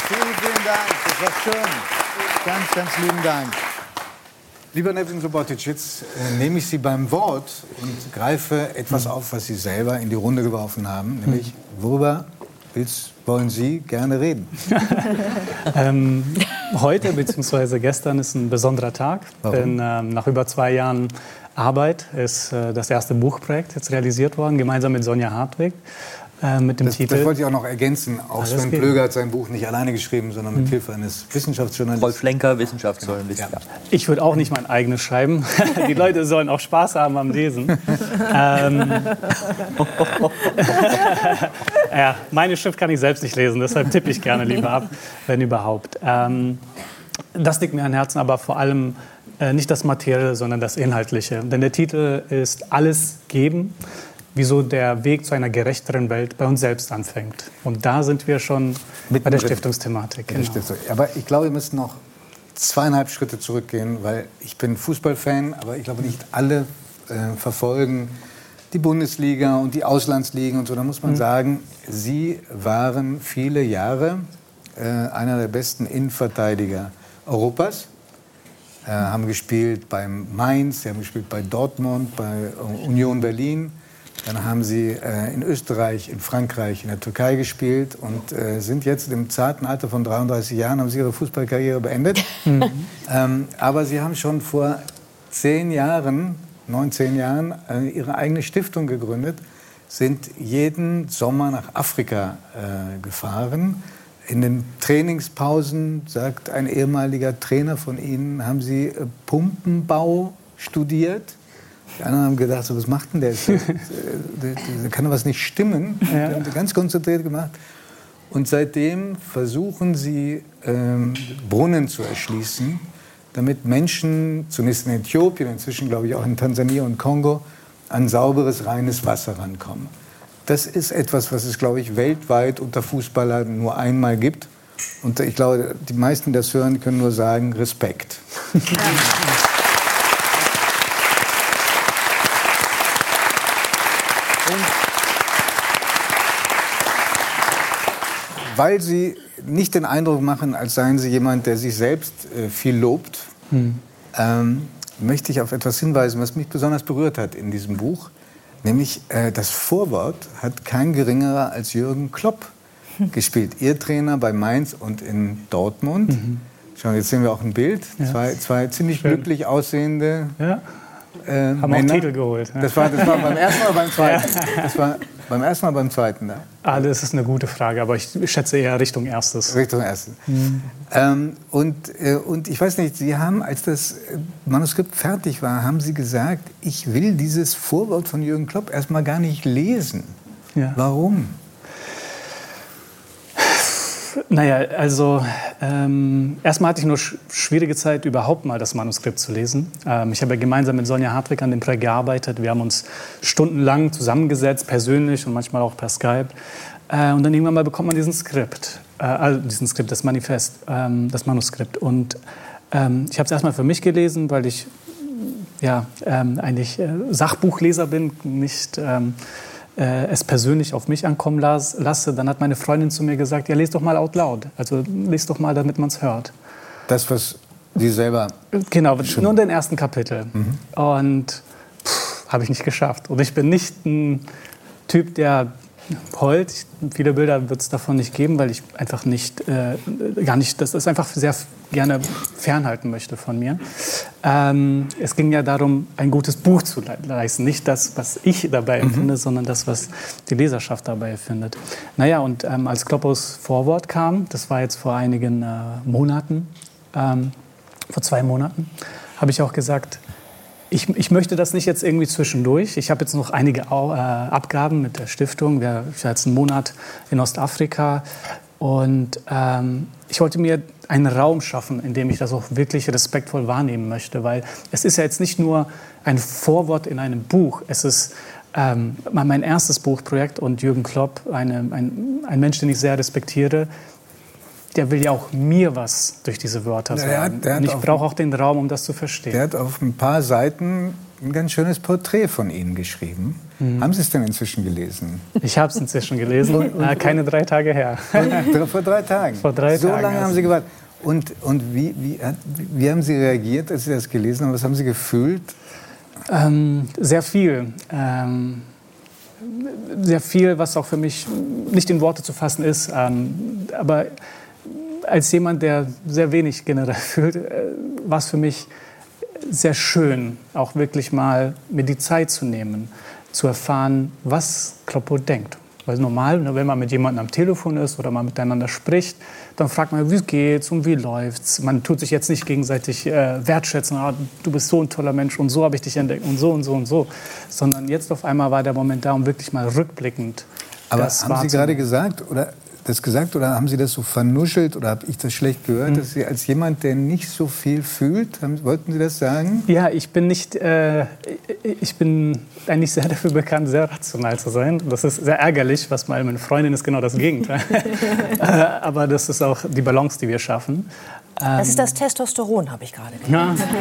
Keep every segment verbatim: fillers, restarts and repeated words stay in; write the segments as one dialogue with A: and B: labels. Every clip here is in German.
A: Vielen, vielen Dank. Das war schön. Ganz, ganz lieben Dank. Lieber Nevin Subotic, jetzt äh, nehme ich Sie beim Wort und greife etwas auf, was Sie selber in die Runde geworfen haben, nämlich worüber willst, wollen Sie gerne reden?
B: ähm, heute bzw. gestern ist ein besonderer Tag,
A: Warum?
B: denn ähm, nach über zwei Jahren Arbeit ist äh, das erste Buchprojekt jetzt realisiert worden, gemeinsam mit Sonja Hartwig. Mit dem
A: das,
B: Titel.
A: Das wollte ich auch noch ergänzen. Auch
B: Alles
A: Sven
B: geht.
A: Plöger hat sein Buch nicht alleine geschrieben, sondern mit mhm. Hilfe eines Wissenschaftsjournalisten.
C: Rolf Lenker, Wissenschaftsjournalist.
B: Ja. Ich würde auch nicht mein eigenes schreiben. Die Leute sollen auch Spaß haben am Lesen. ähm, ja, meine Schrift kann ich selbst nicht lesen, deshalb tippe ich gerne lieber ab, wenn überhaupt. Ähm, das liegt mir am Herzen, aber vor allem äh, nicht das Materielle, sondern das Inhaltliche. Denn der Titel ist Alles geben. Wieso der Weg zu einer gerechteren Welt bei uns selbst anfängt. Und da sind wir schon Mit bei der Stiftungsthematik. Genau.
A: Stiftung. Aber ich glaube, wir müssen noch zweieinhalb Schritte zurückgehen, weil ich bin Fußballfan, aber ich glaube, nicht alle äh, verfolgen die Bundesliga und die Auslandsligen und so. Da muss man mhm. sagen, Sie waren viele Jahre äh, einer der besten Innenverteidiger Europas. Äh, haben gespielt beim Mainz, Sie haben gespielt bei Dortmund, bei Union Berlin. Dann haben Sie äh, in Österreich, in Frankreich, in der Türkei gespielt und äh, sind jetzt im zarten Alter von dreiunddreißig Jahren, haben Sie Ihre Fußballkarriere beendet. Mhm. Ähm, aber Sie haben schon vor zehn Jahren, neun, zehn Jahren, äh, Ihre eigene Stiftung gegründet, sind jeden Sommer nach Afrika äh, gefahren. In den Trainingspausen, sagt ein ehemaliger Trainer von Ihnen, haben Sie äh, Pumpenbau studiert. Die anderen haben gedacht, so, was macht denn der? Da kann doch was nicht stimmen. Ja. Die haben ganz konzentriert gemacht. Und seitdem versuchen sie, ähm, Brunnen zu erschließen, damit Menschen, zunächst in Äthiopien, inzwischen glaube ich auch in Tansania und Kongo, an sauberes, reines Wasser rankommen. Das ist etwas, was es, glaube ich, weltweit unter Fußballern nur einmal gibt. Und ich glaube, die meisten, die das hören, können nur sagen, Respekt. Ja. Weil Sie nicht den Eindruck machen, als seien Sie jemand, der sich selbst äh, viel lobt, hm. ähm, möchte ich auf etwas hinweisen, was mich besonders berührt hat in diesem Buch. Nämlich äh, das Vorwort hat kein geringerer als Jürgen Klopp hm. gespielt. Ihr Trainer bei Mainz und in Dortmund. Mhm. Schauen, jetzt sehen wir auch ein Bild. Ja. Zwei, zwei ziemlich Schön. glücklich aussehende
B: ja.
A: äh,
B: Haben
A: Männer.
B: auch Titel geholt. Ja.
A: Das war, das war beim ersten oder beim zweiten? Ja. Das war beim ersten oder beim zweiten? Da?
B: Ah, das ist eine gute Frage, aber ich schätze eher Richtung erstes.
A: Richtung erstes. Mhm. Ähm, und, äh, und ich weiß nicht, Sie haben, als das Manuskript fertig war, haben Sie gesagt, ich will dieses Vorwort von Jürgen Klopp erstmal gar nicht lesen. Ja. Warum?
B: Naja, also ähm, erstmal hatte ich nur sch- schwierige Zeit, überhaupt mal das Manuskript zu lesen. Ähm, ich habe ja gemeinsam mit Sonja Hartwig an dem Projekt gearbeitet. Wir haben uns stundenlang zusammengesetzt, persönlich und manchmal auch per Skype. Äh, und dann irgendwann mal bekommt man diesen Skript, äh, also diesen Skript, das Manifest, ähm, das Manuskript. Und ähm, ich habe es erstmal für mich gelesen, weil ich ja ähm, eigentlich äh, Sachbuchleser bin, nicht ähm, äh, es persönlich auf mich ankommen las, lasse. Dann hat meine Freundin zu mir gesagt, ja, lest doch mal out loud. Also lest doch mal, damit man es hört.
A: Das, was Sie selber...
B: Genau, nur in den ersten Kapitel. Mhm. Und habe ich nicht geschafft. Und ich bin nicht ein Typ, der heult. Ich, viele Bilder wird es davon nicht geben, weil ich einfach nicht, äh, gar nicht, das ist einfach sehr gerne fernhalten möchte von mir. Ähm, es ging ja darum, ein gutes Buch zu le- leisten. Nicht das, was ich dabei empfinde, mhm. sondern das, was die Leserschaft dabei empfindet. Naja, und ähm, als Kloppos Vorwort kam, das war jetzt vor einigen äh, Monaten, ähm, vor zwei Monaten, habe ich auch gesagt, Ich, ich möchte das nicht jetzt irgendwie zwischendurch. Ich habe jetzt noch einige Au- äh, Abgaben mit der Stiftung. Wir, ich war jetzt einen Monat in Ostafrika. Und ähm, ich wollte mir einen Raum schaffen, in dem ich das auch wirklich respektvoll wahrnehmen möchte. Weil es ist ja jetzt nicht nur ein Vorwort in einem Buch. Es ist ähm, mein erstes Buchprojekt. Und Jürgen Klopp, eine, ein, ein Mensch, den ich sehr respektiere, der will ja auch mir was durch diese Wörter sagen.
A: Der hat, der
B: und ich brauche auch den Raum, um das zu verstehen.
A: Der hat auf ein paar Seiten ein ganz schönes Porträt von Ihnen geschrieben. Mhm. Haben Sie es denn inzwischen gelesen?
B: Ich habe es inzwischen gelesen, und, und, äh, keine drei Tage her.
A: Vor drei Tagen?
B: Vor drei
A: so
B: Tagen.
A: So lange haben Sie gewartet. Und, und wie, wie, wie haben Sie reagiert, als Sie das gelesen haben? Was haben Sie gefühlt?
B: Ähm, sehr viel. Ähm, sehr viel, was auch für mich nicht in Worte zu fassen ist. Ähm, aber als jemand, der sehr wenig generell fühlt, äh, war es für mich sehr schön, auch wirklich mal mir die Zeit zu nehmen, zu erfahren, was Kloppo denkt. Weil normal, wenn man mit jemandem am Telefon ist oder mal miteinander spricht, dann fragt man, wie geht's und wie läuft's. Man tut sich jetzt nicht gegenseitig äh, wertschätzen, ah, du bist so ein toller Mensch und so habe ich dich entdeckt und so und so und so. Sondern jetzt auf einmal war der Moment da, um wirklich mal rückblickend
A: Aber
B: das
A: haben Sie gerade gesagt, oder das gesagt oder haben Sie das so vernuschelt oder habe ich das schlecht gehört, mhm. dass Sie als jemand, der nicht so viel fühlt, haben, wollten Sie das sagen?
B: Ja, ich bin nicht, äh, ich bin eigentlich sehr dafür bekannt, sehr rational zu sein. Das ist sehr ärgerlich, was mal meine Freundin ist genau das Gegenteil. äh, aber das ist auch die Balance, die wir schaffen.
C: Das ist das Testosteron, habe ich gerade gehört.
B: Ja.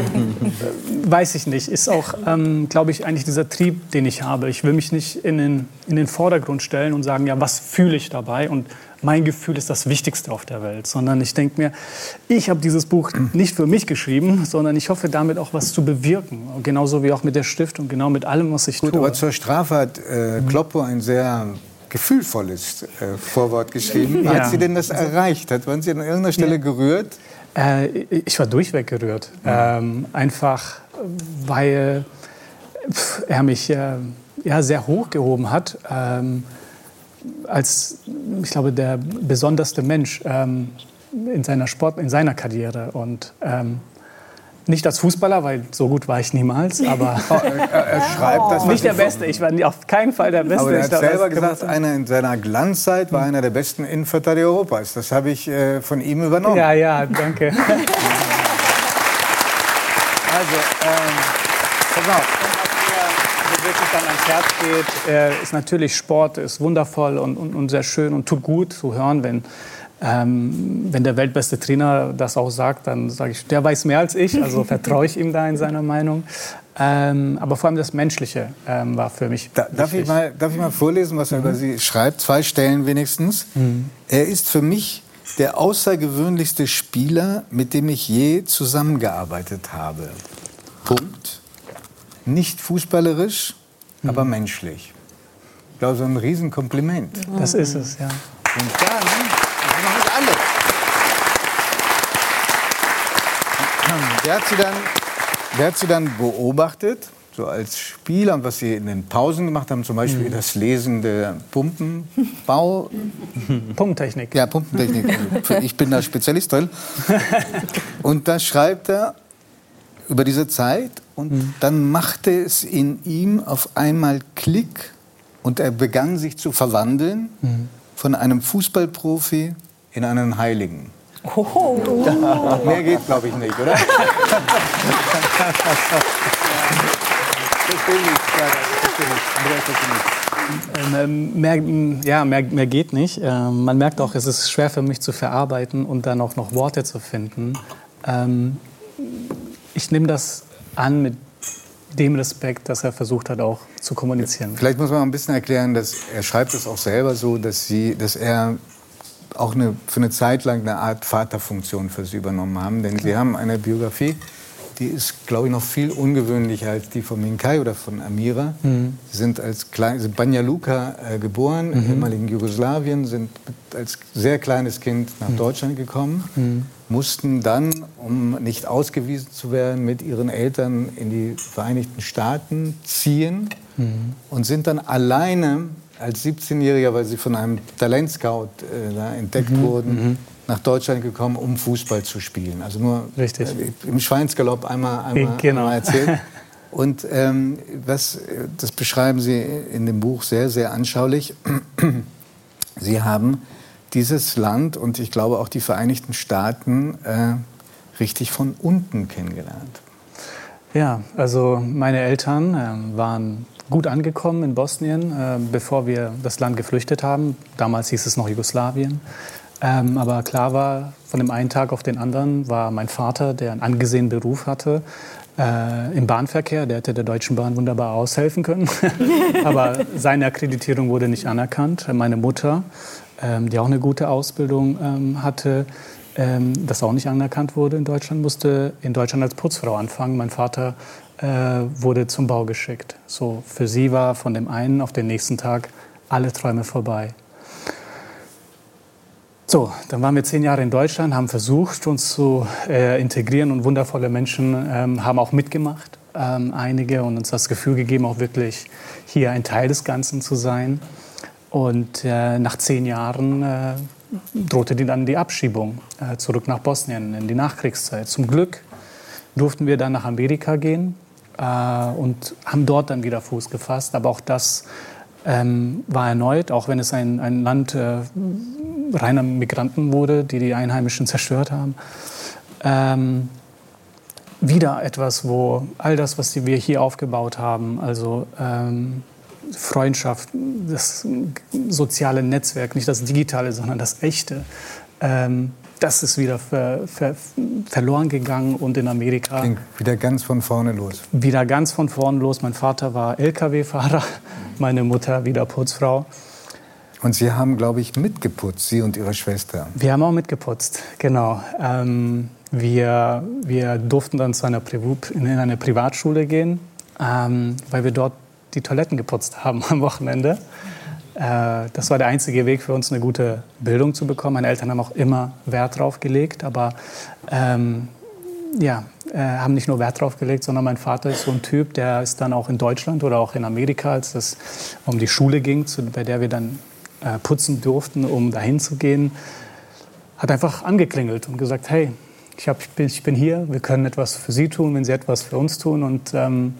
B: Weiß ich nicht. Ist auch, ähm, glaube ich, eigentlich dieser Trieb, den ich habe. Ich will mich nicht in den, in den Vordergrund stellen und sagen, ja, was fühle ich dabei? Und mein Gefühl ist das Wichtigste auf der Welt. Sondern ich denke mir, ich habe dieses Buch nicht für mich geschrieben, sondern ich hoffe, damit auch was zu bewirken. Genauso wie auch mit der Stiftung, genau mit allem, was ich
A: Gut,
B: tue.
A: aber zur Strafe hat äh, Kloppo ein sehr gefühlvolles äh, Vorwort geschrieben. Ja. Hat Sie denn das erreicht? Hat, waren Sie an irgendeiner Stelle ja. gerührt?
B: Äh, ich war durchweg gerührt. Ja. Ähm, einfach, weil pf, er mich äh, ja, sehr hochgehoben hat. Ähm, als, ich glaube, der besonderste Mensch ähm, in seiner Sport, in seiner Karriere. Und ähm, nicht als Fußballer, weil so gut war ich niemals, aber
A: oh, er, er schreibt das
B: nicht der Beste. Ich war auf keinen Fall der Beste.
A: Aber er hat
B: ich glaub,
A: selber gesagt, einer in seiner Glanzzeit war einer der besten Innenverteidiger Europas. Das habe ich äh, von ihm übernommen.
B: Ja, ja, danke.
A: Also, ähm, pass auf.
B: Was mir wirklich dann ans Herz geht, äh, ist natürlich Sport, ist wundervoll und, und, und sehr schön und tut gut zu hören, wenn Ähm, wenn der weltbeste Trainer das auch sagt, dann sage ich, der weiß mehr als ich, also vertraue ich ihm da in seiner Meinung. Ähm, aber vor allem das Menschliche ähm, war für mich
A: da, darf, ich mal, darf ich mal vorlesen, was er mhm. über Sie schreibt? Zwei Stellen wenigstens. Mhm. Er ist für mich der außergewöhnlichste Spieler, mit dem ich je zusammengearbeitet habe. Punkt. Nicht fußballerisch, mhm. aber menschlich. Ich glaube, so ein Riesenkompliment.
B: Das ist es, ja.
A: Und dann... Alle. Der hat sie dann, der hat sie dann beobachtet, so als Spieler, und was sie in den Pausen gemacht haben, zum Beispiel mhm. das Lesen der Pumpenbau.
B: Pumpentechnik.
A: Ja, Pumpentechnik. Ich bin da Spezialist drin. Und da schreibt er über diese Zeit und mhm. dann machte es in ihm auf einmal Klick und er begann sich zu verwandeln mhm. von einem Fußballprofi in einen Heiligen.
C: Oh.
A: Mehr geht, glaube ich, nicht, oder?
B: ähm, mehr, ja, mehr, mehr geht nicht. Ähm, man merkt auch, es ist schwer für mich zu verarbeiten und dann auch noch Worte zu finden. Ähm, ich nehme das an mit dem Respekt, dass er versucht hat, auch zu kommunizieren.
A: Vielleicht muss man ein bisschen erklären, dass er schreibt es auch selber so, dass, sie, dass er auch eine, für eine Zeit lang eine Art Vaterfunktion für sie übernommen haben. Denn sie haben eine Biografie, die ist, glaube ich, noch viel ungewöhnlicher als die von Minkay oder von Amira. Mhm. Sie sind als klein, sind Banja Luka äh, geboren, mhm. im ehemaligen Jugoslawien, sind mit, als sehr kleines Kind nach mhm. Deutschland gekommen, mhm. mussten dann, um nicht ausgewiesen zu werden, mit ihren Eltern in die Vereinigten Staaten ziehen mhm. und sind dann alleine als siebzehnjähriger, weil sie von einem Talentscout äh, da entdeckt mhm. wurden, mhm. nach Deutschland gekommen, um Fußball zu spielen. Also nur äh, im Schweinsgalopp einmal, einmal,
B: genau.
A: einmal erzählt. Und ähm, was, das beschreiben Sie in dem Buch sehr, sehr anschaulich. Sie haben dieses Land und ich glaube auch die Vereinigten Staaten äh, richtig von unten kennengelernt.
B: Ja, also meine Eltern äh, waren gut angekommen in Bosnien, äh, bevor wir das Land geflüchtet haben. Damals hieß es noch Jugoslawien. Ähm, aber klar war, von dem einen Tag auf den anderen war mein Vater, der einen angesehenen Beruf hatte, äh, im Bahnverkehr. Der hätte der Deutschen Bahn wunderbar aushelfen können. Aber seine Akkreditierung wurde nicht anerkannt. Meine Mutter, ähm, die auch eine gute Ausbildung ähm, hatte, ähm, das auch nicht anerkannt wurde in Deutschland, musste in Deutschland als Putzfrau anfangen. Mein Vater äh, wurde zum Bau geschickt. So, für sie war von dem einen auf den nächsten Tag alle Träume vorbei. So, dann waren wir zehn Jahre in Deutschland, haben versucht, uns zu äh, integrieren und wundervolle Menschen ähm, haben auch mitgemacht, ähm, einige, und uns das Gefühl gegeben, auch wirklich hier ein Teil des Ganzen zu sein. Und äh, nach zehn Jahren äh, drohte die dann die Abschiebung äh, zurück nach Bosnien in die Nachkriegszeit. Zum Glück durften wir dann nach Amerika gehen äh, und haben dort dann wieder Fuß gefasst, aber auch das ähm, war erneut, auch wenn es ein, ein Land äh, reiner Migranten wurde, die die Einheimischen zerstört haben. Ähm, wieder etwas, wo all das, was wir hier aufgebaut haben, also ähm, Freundschaft, das soziale Netzwerk, nicht das digitale, sondern das echte, ähm, das ist wieder ver, ver, verloren gegangen und in Amerika...
A: Ging wieder ganz von vorne los.
B: Wieder ganz von vorne los. Mein Vater war L K W-Fahrer, meine Mutter wieder Putzfrau.
A: Und Sie haben, glaube ich, mitgeputzt, Sie und Ihre Schwester.
B: Wir haben auch mitgeputzt, genau. Ähm, wir, wir durften dann zu einer Privu- in eine Privatschule gehen, ähm, weil wir dort die Toiletten geputzt haben am Wochenende. Äh, das war der einzige Weg für uns, eine gute Bildung zu bekommen. Meine Eltern haben auch immer Wert drauf gelegt, aber ähm, ja, äh, haben nicht nur Wert drauf gelegt, sondern mein Vater ist so ein Typ, der ist dann auch in Deutschland oder auch in Amerika, als es um die Schule ging, zu, bei der wir dann putzen durften, um dahin zu gehen, hat einfach angeklingelt und gesagt, hey, ich, hab, ich, bin, ich bin hier, wir können etwas für Sie tun, wenn Sie etwas für uns tun. Und ähm,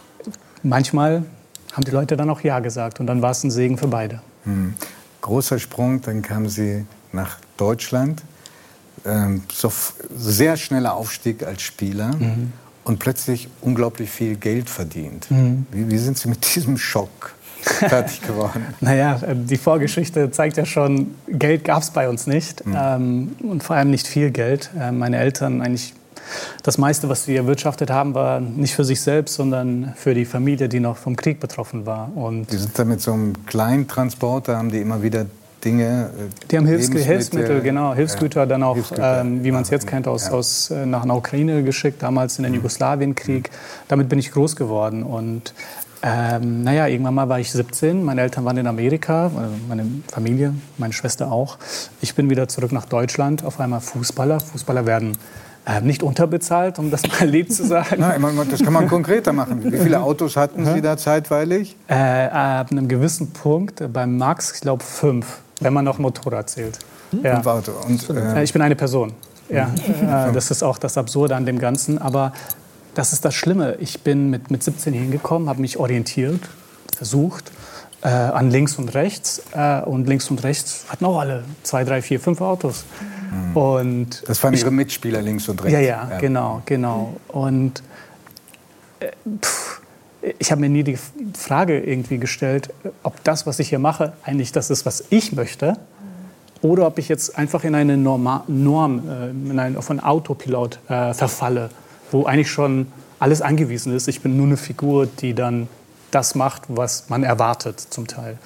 B: manchmal haben die Leute dann auch Ja gesagt und dann war es ein Segen für beide.
A: Hm. Großer Sprung, dann kamen Sie nach Deutschland, ähm, so sehr schneller Aufstieg als Spieler mhm. und plötzlich unglaublich viel Geld verdient. Mhm. Wie, wie sind Sie mit diesem Schock fertig geworden?
B: Naja, die Vorgeschichte zeigt ja schon, Geld gab es bei uns nicht. Mhm. Ähm, und vor allem nicht viel Geld. Äh, meine Eltern, eigentlich das meiste, was sie erwirtschaftet haben, war nicht für sich selbst, sondern für die Familie, die noch vom Krieg betroffen war. Und
A: die sind da mit so einem kleinen Transporter, haben die immer wieder Dinge...
B: Äh, die haben Hilfs Hilfsmittel, genau, Hilfsgüter, ja, dann auch, Hilfsgüter. Ähm, wie man es jetzt kennt, aus, ja. aus, äh, nach einer Ukraine geschickt, damals in den mhm. Jugoslawienkrieg. Damit bin ich groß geworden und Ähm, naja, irgendwann mal war ich siebzehn, meine Eltern waren in Amerika, meine Familie, meine Schwester auch. Ich bin wieder zurück nach Deutschland, auf einmal Fußballer. Fußballer werden äh, nicht unterbezahlt, um das mal lieb zu sagen.
A: Nein, das kann man konkreter machen. Wie viele Autos hatten Sie da zeitweilig?
B: Äh, ab einem gewissen Punkt, äh, beim Max, ich glaube fünf, wenn man noch Motorrad zählt.
A: Hm? Ja. Fünf Autos. Und,
B: äh, ich bin eine Person. Ja, äh, das ist auch das Absurde an dem Ganzen, aber das ist das Schlimme. Ich bin mit, mit siebzehn hingekommen, habe mich orientiert, versucht, äh, an links und rechts. Äh, und links und rechts hatten auch alle zwei, drei, vier, fünf Autos.
A: Mhm.
B: Und
A: das waren
B: ich,
A: Ihre Mitspieler links und rechts?
B: Ja, ja, ja. genau, genau. Und äh, pff, ich habe mir nie die Frage irgendwie gestellt, ob das, was ich hier mache, eigentlich das ist, was ich möchte. Oder ob ich jetzt einfach in eine Norma Norm, äh, in einen, auf einen Autopilot äh, verfalle, wo eigentlich schon alles angewiesen ist. Ich bin nur eine Figur, die dann das macht, was man erwartet zum Teil.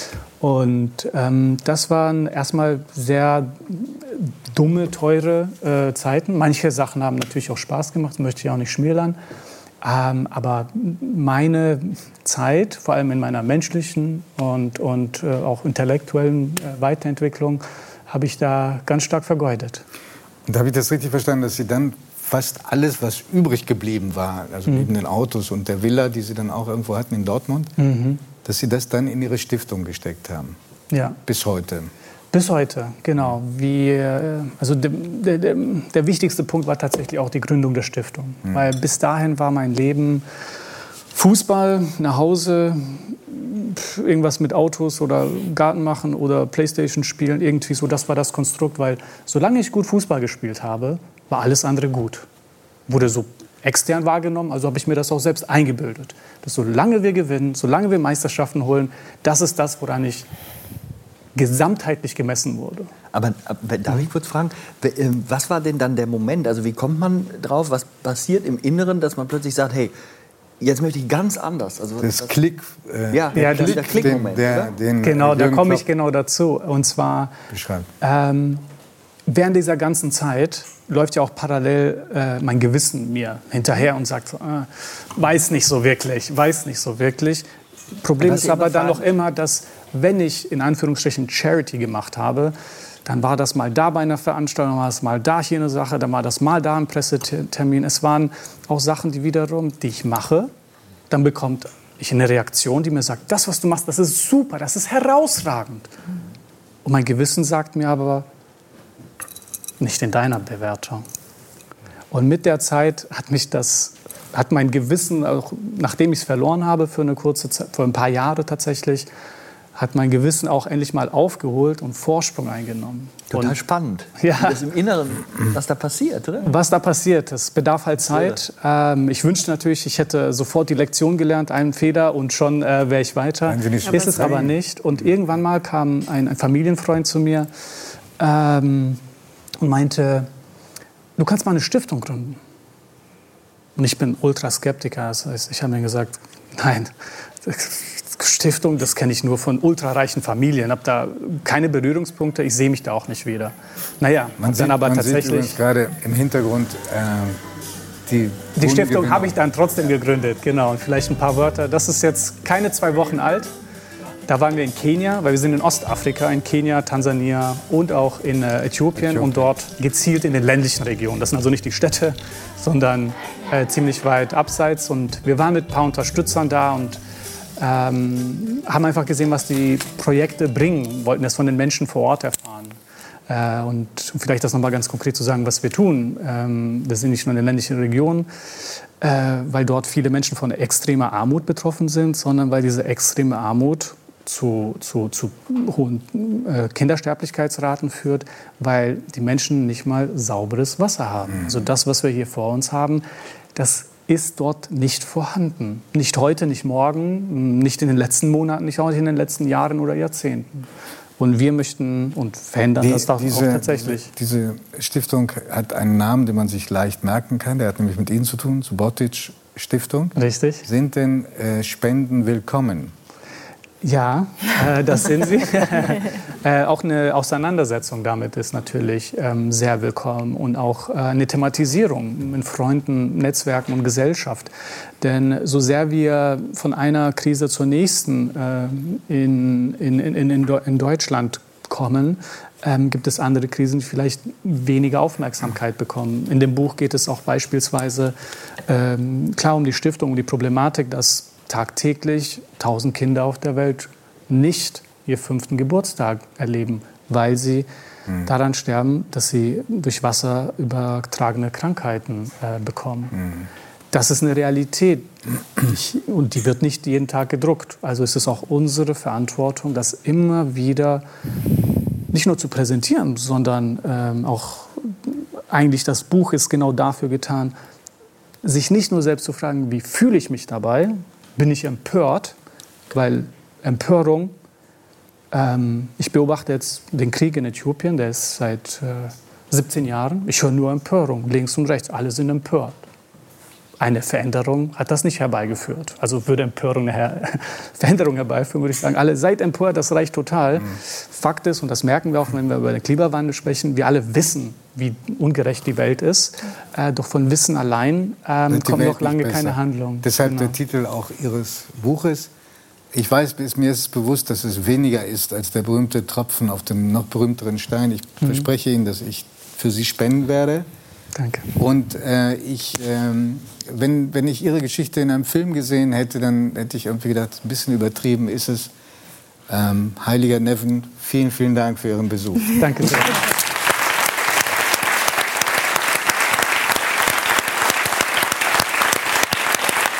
B: Und ähm, das waren erstmal sehr dumme, teure äh, Zeiten. Manche Sachen haben natürlich auch Spaß gemacht, das möchte ich auch nicht schmälern. Ähm, aber meine Zeit, vor allem in meiner menschlichen und, und äh, auch intellektuellen äh, Weiterentwicklung, habe ich da ganz stark vergeudet.
A: Und habe ich das richtig verstanden, dass Sie dann fast alles, was übrig geblieben war, also mhm. neben den Autos und der Villa, die Sie dann auch irgendwo hatten in Dortmund, mhm. dass Sie das dann in Ihre Stiftung gesteckt haben?
B: Ja.
A: Bis heute?
B: Bis heute, genau. Wie, also der, der, der wichtigste Punkt war tatsächlich auch die Gründung der Stiftung. Mhm. Weil bis dahin war mein Leben Fußball, nach Hause, irgendwas mit Autos oder Garten machen oder Playstation spielen, irgendwie so, das war das Konstrukt. Weil solange ich gut Fußball gespielt habe, war alles andere gut. Wurde so extern wahrgenommen, also habe ich mir das auch selbst eingebildet. Dass solange wir gewinnen, solange wir Meisterschaften holen, das ist das, woran ich gesamtheitlich gemessen wurde.
D: Aber, aber darf ich kurz fragen, was war denn dann der Moment? Also wie kommt man drauf? Was passiert im Inneren, dass man plötzlich sagt, hey, jetzt möchte ich ganz anders? Also,
A: das
D: das
A: Klick, äh,
D: ja,
B: ja,
D: das
B: das,
D: der Klickmoment.
A: Der, den,
B: genau,
A: äh,
B: da komme ich
A: Klopp
B: genau dazu. Und zwar, ähm, während dieser ganzen Zeit läuft ja auch parallel äh, mein Gewissen mir hinterher und sagt, so, äh, weiß nicht so wirklich, weiß nicht so wirklich. Problem
D: aber
B: ist aber dann noch immer, dass wenn ich in Anführungsstrichen Charity gemacht habe, dann war das mal da bei einer Veranstaltung, war das mal da hier eine Sache, dann war das mal da ein Pressetermin. Es waren auch Sachen, die wiederum, die ich mache, dann bekommt ich eine Reaktion, die mir sagt, das, was du machst, das ist super, das ist herausragend. Und mein Gewissen sagt mir aber, nicht in deiner Bewertung. Und mit der Zeit hat mich das, hat mein Gewissen, auch nachdem ich es verloren habe für eine kurze Zeit, für ein paar Jahre tatsächlich, hat mein Gewissen auch endlich mal aufgeholt und Vorsprung eingenommen.
D: Total
B: und,
D: spannend.
B: Ja.
D: Das im Inneren, was da passiert, oder?
B: Was da passiert, das bedarf halt Zeit. Ähm, ich wünschte natürlich, ich hätte sofort die Lektion gelernt, einen Feder und schon äh, wäre ich weiter.
A: Ist
B: Ist es aber nicht. Und irgendwann mal kam ein, ein Familienfreund zu mir ähm, und meinte, du kannst mal eine Stiftung gründen. Und ich bin Ultraskeptiker. Das heißt, ich habe mir gesagt, nein, Stiftung, das kenne ich nur von ultrareichen Familien. Ich habe da keine Berührungspunkte, ich sehe mich da auch nicht wieder. Naja,
A: man
B: dann
A: sieht,
B: aber
A: man
B: tatsächlich...
A: sieht übrigens gerade im Hintergrund äh, die...
B: Die Stiftung habe ich dann trotzdem gegründet, genau. Und vielleicht ein paar Wörter. Das ist jetzt keine zwei Wochen alt. Da waren wir in Kenia, weil wir sind in Ostafrika, in Kenia, Tansania und auch in äh, Äthiopien, Äthiopien und dort gezielt in den ländlichen Regionen. Das sind also nicht die Städte, sondern äh, ziemlich weit abseits. Und wir waren mit ein paar Unterstützern da und ähm, haben einfach gesehen, was die Projekte bringen, wollten das von den Menschen vor Ort erfahren. Äh, und vielleicht das noch mal ganz konkret zu sagen, was wir tun. Ähm, wir sind nicht nur in den ländlichen Regionen, äh, weil dort viele Menschen von extremer Armut betroffen sind, sondern weil diese extreme Armut zu, zu, zu hohen äh, Kindersterblichkeitsraten führt, weil die Menschen nicht mal sauberes Wasser haben. Also das, was wir hier vor uns haben, das ist dort nicht vorhanden. Nicht heute, nicht morgen, nicht in den letzten Monaten, nicht auch in den letzten Jahren oder Jahrzehnten. Und wir möchten und verhindern das auch
A: diese,
B: tatsächlich.
A: Diese Stiftung hat einen Namen, den man sich leicht merken kann. Der hat nämlich mit Ihnen zu tun, Subotic Stiftung.
B: Richtig.
A: Sind denn äh, Spenden willkommen?
B: Ja, äh, das sind sie. äh, auch eine Auseinandersetzung damit ist natürlich ähm, sehr willkommen und auch äh, eine Thematisierung mit Freunden, Netzwerken und Gesellschaft. Denn so sehr wir von einer Krise zur nächsten äh, in, in, in, in, in Deutschland kommen, ähm, gibt es andere Krisen, die vielleicht weniger Aufmerksamkeit bekommen. In dem Buch geht es auch beispielsweise ähm, klar um die Stiftung, um die Problematik, dass tagtäglich tausend Kinder auf der Welt nicht ihr fünften Geburtstag erleben, weil sie mhm. daran sterben, dass sie durch Wasser übertragene Krankheiten äh, bekommen. Mhm. Das ist eine Realität ich, und die wird nicht jeden Tag gedruckt. Also ist es auch unsere Verantwortung, das immer wieder nicht nur zu präsentieren, sondern ähm, auch eigentlich das Buch ist genau dafür getan, sich nicht nur selbst zu fragen, wie fühle ich mich dabei, bin ich empört, weil Empörung, ähm, ich beobachte jetzt den Krieg in Äthiopien, der ist seit äh, siebzehn Jahren, ich höre nur Empörung, links und rechts, alle sind empört. Eine Veränderung hat das nicht herbeigeführt. Also würde Empörung eine Her- Veränderung herbeiführen, würde ich sagen, alle seid empört, das reicht total. Mhm. Fakt ist, und das merken wir auch, wenn wir über den Klimawandel sprechen, wir alle wissen, wie ungerecht die Welt ist. Äh, doch von Wissen allein ähm, kommt noch lange keine Handlung.
A: Deshalb
B: genau.
A: der Titel auch Ihres Buches. Ich weiß, mir ist bewusst, dass es weniger ist als der berühmte Tropfen auf dem noch berühmteren Stein. Ich mhm. verspreche Ihnen, dass ich für Sie spenden werde.
B: Danke.
A: Und äh, ich, ähm, wenn, wenn ich Ihre Geschichte in einem Film gesehen hätte, dann hätte ich irgendwie gedacht, ein bisschen übertrieben ist es. Ähm, Heiliger Neven, vielen, vielen Dank für Ihren Besuch.
B: Danke sehr.